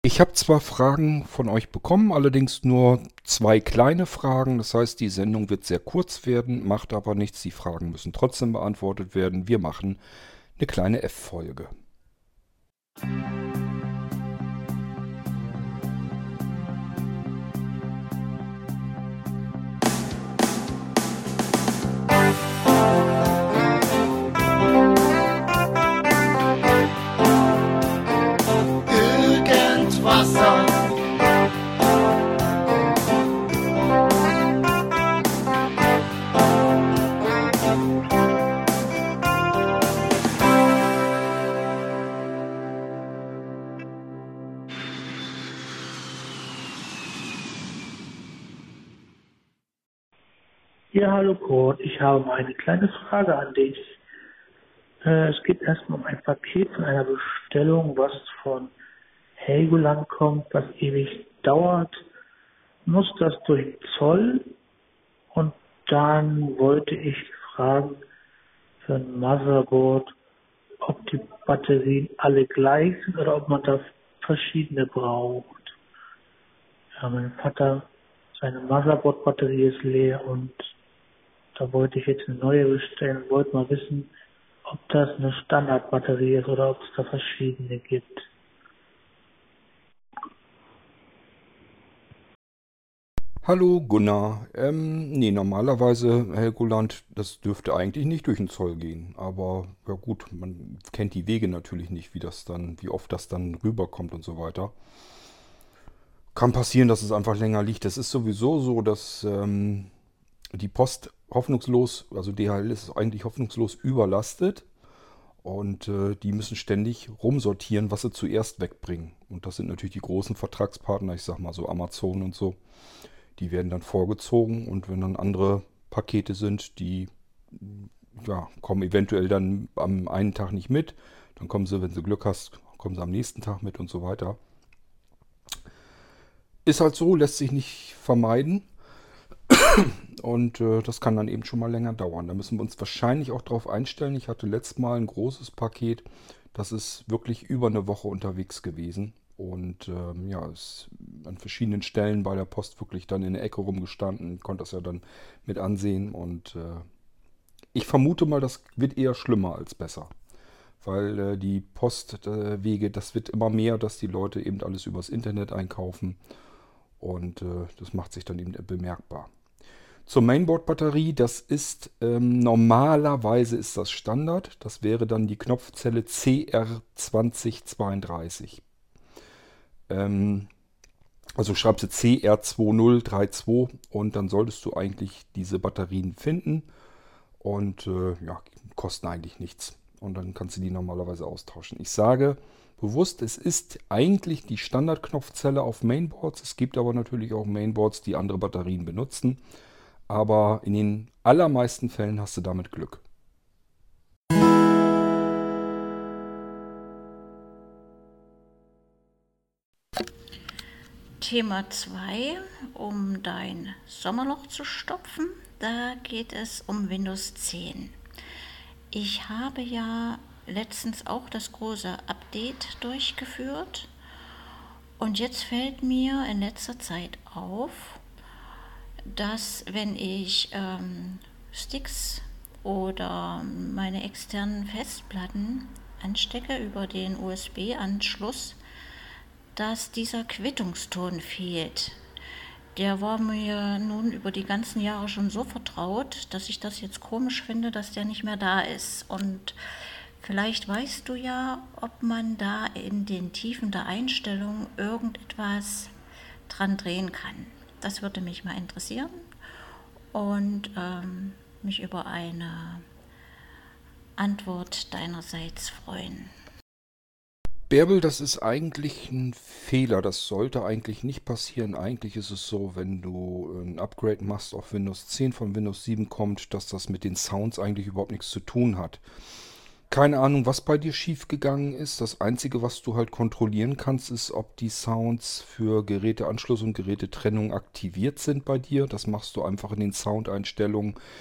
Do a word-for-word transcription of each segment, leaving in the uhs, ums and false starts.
Ich habe zwar Fragen von euch bekommen, allerdings nur zwei kleine Fragen. Das heißt, die Sendung wird sehr kurz werden, macht aber nichts. Die Fragen müssen trotzdem beantwortet werden. Wir machen eine kleine F-Folge. Irgendwasser. Ja, hallo Kurt, ich habe mal eine kleine Frage an dich. Äh, es geht erstmal um ein Paket von einer Bestellung, was von Helgoland kommt, was ewig dauert. Muss das durch Zoll? Und dann wollte ich fragen für ein Motherboard, ob die Batterien alle gleich sind oder ob man da verschiedene braucht. Ja, mein Vater, seine Motherboard-Batterie ist leer und da wollte ich jetzt eine neue bestellen und wollte mal wissen, ob das eine Standardbatterie ist oder ob es da verschiedene gibt. Hallo Gunnar. Ähm, nee, normalerweise Helgoland, das dürfte eigentlich nicht durch den Zoll gehen. Aber ja gut, man kennt die Wege natürlich nicht, wie das dann, wie oft das dann rüberkommt und so weiter. Kann passieren, dass es einfach länger liegt. Es ist sowieso so, dass ähm, die Post hoffnungslos, also D H L ist eigentlich hoffnungslos überlastet und äh, die müssen ständig rumsortieren, was sie zuerst wegbringen. Und das sind natürlich die großen Vertragspartner, ich sag mal so Amazon und so. Die werden dann vorgezogen und wenn dann andere Pakete sind, die ja, kommen eventuell dann am einen Tag nicht mit, dann kommen sie, wenn sie Glück hast, kommen sie am nächsten Tag mit und so weiter. Ist halt so, lässt sich nicht vermeiden. Und äh, das kann dann eben schon mal länger dauern. Da müssen wir uns wahrscheinlich auch drauf einstellen. Ich hatte letztes Mal ein großes Paket. Das ist wirklich über eine Woche unterwegs gewesen. Und ähm, ja, ist an verschiedenen Stellen bei der Post wirklich dann in der Ecke rumgestanden. Ich konnte das ja dann mit ansehen. Und äh, ich vermute mal, das wird eher schlimmer als besser. Weil äh, die Postwege, äh, das wird immer mehr, dass die Leute eben alles übers Internet einkaufen. Und äh, das macht sich dann eben bemerkbar. Zur Mainboard-Batterie, das ist ähm, normalerweise ist das Standard. Das wäre dann die Knopfzelle C R zwanzig zweiunddreißig. Ähm, also schreibst du C R zwei null drei zwei und dann solltest du eigentlich diese Batterien finden. Und äh, ja, kosten eigentlich nichts. Und dann kannst du die normalerweise austauschen. Ich sage bewusst, es ist eigentlich die Standardknopfzelle auf Mainboards. Es gibt aber natürlich auch Mainboards, die andere Batterien benutzen. Aber in den allermeisten Fällen hast du damit Glück. Thema zwei, um dein Sommerloch zu stopfen. Da geht es um Windows zehn. Ich habe ja letztens auch das große Update durchgeführt und jetzt fällt mir in letzter Zeit auf, dass wenn ich ähm, Sticks oder meine externen Festplatten anstecke über den U S B-Anschluss, dass dieser Quittungston fehlt. Der war mir nun über die ganzen Jahre schon so vertraut, dass ich das jetzt komisch finde, dass der nicht mehr da ist. Und vielleicht weißt du ja, ob man da in den Tiefen der Einstellung irgendetwas dran drehen kann. Das würde mich mal interessieren und ähm, mich über eine Antwort deinerseits freuen. Bärbel, das ist eigentlich ein Fehler. Das sollte eigentlich nicht passieren. Eigentlich ist es so, wenn du ein Upgrade machst auf Windows zehn von Windows sieben kommt, dass das mit den Sounds eigentlich überhaupt nichts zu tun hat. Keine Ahnung, was bei dir schiefgegangen ist. Das Einzige, was du halt kontrollieren kannst, ist, ob die Sounds für Geräteanschluss und Gerätetrennung aktiviert sind bei dir. Das machst du einfach in den Soundeinstellungen.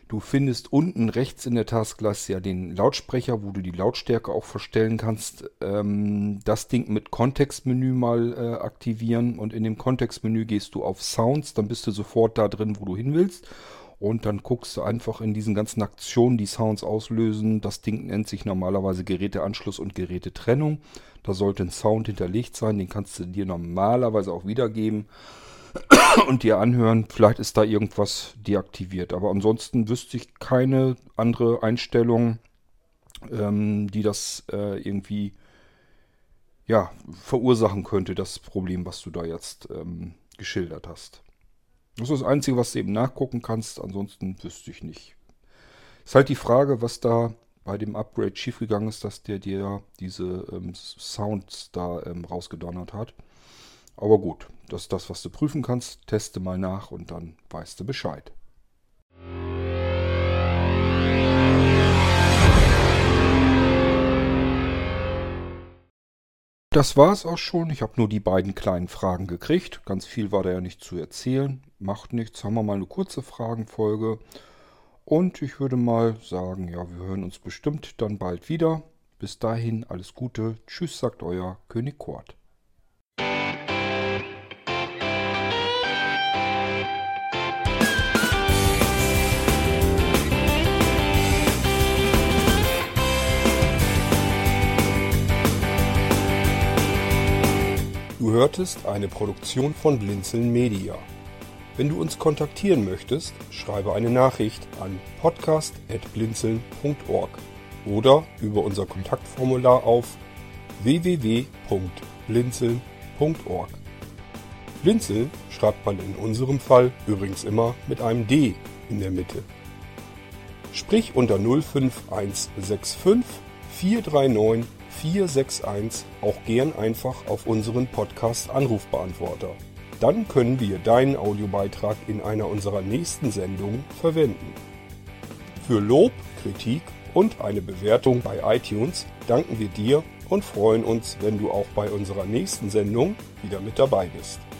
Du findest unten rechts in der Taskleiste ja den Lautsprecher, wo du die Lautstärke auch verstellen kannst. Ähm, das Ding mit Kontextmenü mal äh, aktivieren und in dem Kontextmenü gehst du auf Sounds, dann bist du sofort da drin, wo du hin willst. Und dann guckst du einfach in diesen ganzen Aktionen, die Sounds auslösen. Das Ding nennt sich normalerweise Geräteanschluss und Gerätetrennung. Da sollte ein Sound hinterlegt sein, den kannst du dir normalerweise auch wiedergeben und dir anhören. Vielleicht ist da irgendwas deaktiviert. Aber ansonsten wüsste ich keine andere Einstellung, ähm, die das äh, irgendwie ja, verursachen könnte, das Problem, was du da jetzt ähm, geschildert hast. Das ist das Einzige, was du eben nachgucken kannst. Ansonsten wüsste ich nicht. Ist halt die Frage, was da bei dem Upgrade schiefgegangen ist, dass der dir diese ähm, Sounds da ähm, rausgedonnert hat. Aber gut, das ist das, was du prüfen kannst. Teste mal nach und dann weißt du Bescheid. Das war es auch schon. Ich habe nur die beiden kleinen Fragen gekriegt. Ganz viel war da ja nicht zu erzählen. Macht nichts. Haben wir mal eine kurze Fragenfolge. Und ich würde mal sagen, ja, wir hören uns bestimmt dann bald wieder. Bis dahin, alles Gute. Tschüss, sagt euer König Kurt. Du hörtest eine Produktion von Blinzeln Media. Wenn du uns kontaktieren möchtest, schreibe eine Nachricht an podcast at blinzeln punkt org oder über unser Kontaktformular auf w w w punkt blinzeln punkt org. Blinzeln schreibt man in unserem Fall übrigens immer mit einem D in der Mitte. Sprich unter null fünf eins sechs fünf vier drei neun vier sechs eins auch gern einfach auf unseren Podcast-Anrufbeantworter. Dann können wir deinen Audiobeitrag in einer unserer nächsten Sendungen verwenden. Für Lob, Kritik und eine Bewertung bei iTunes danken wir dir und freuen uns, wenn du auch bei unserer nächsten Sendung wieder mit dabei bist.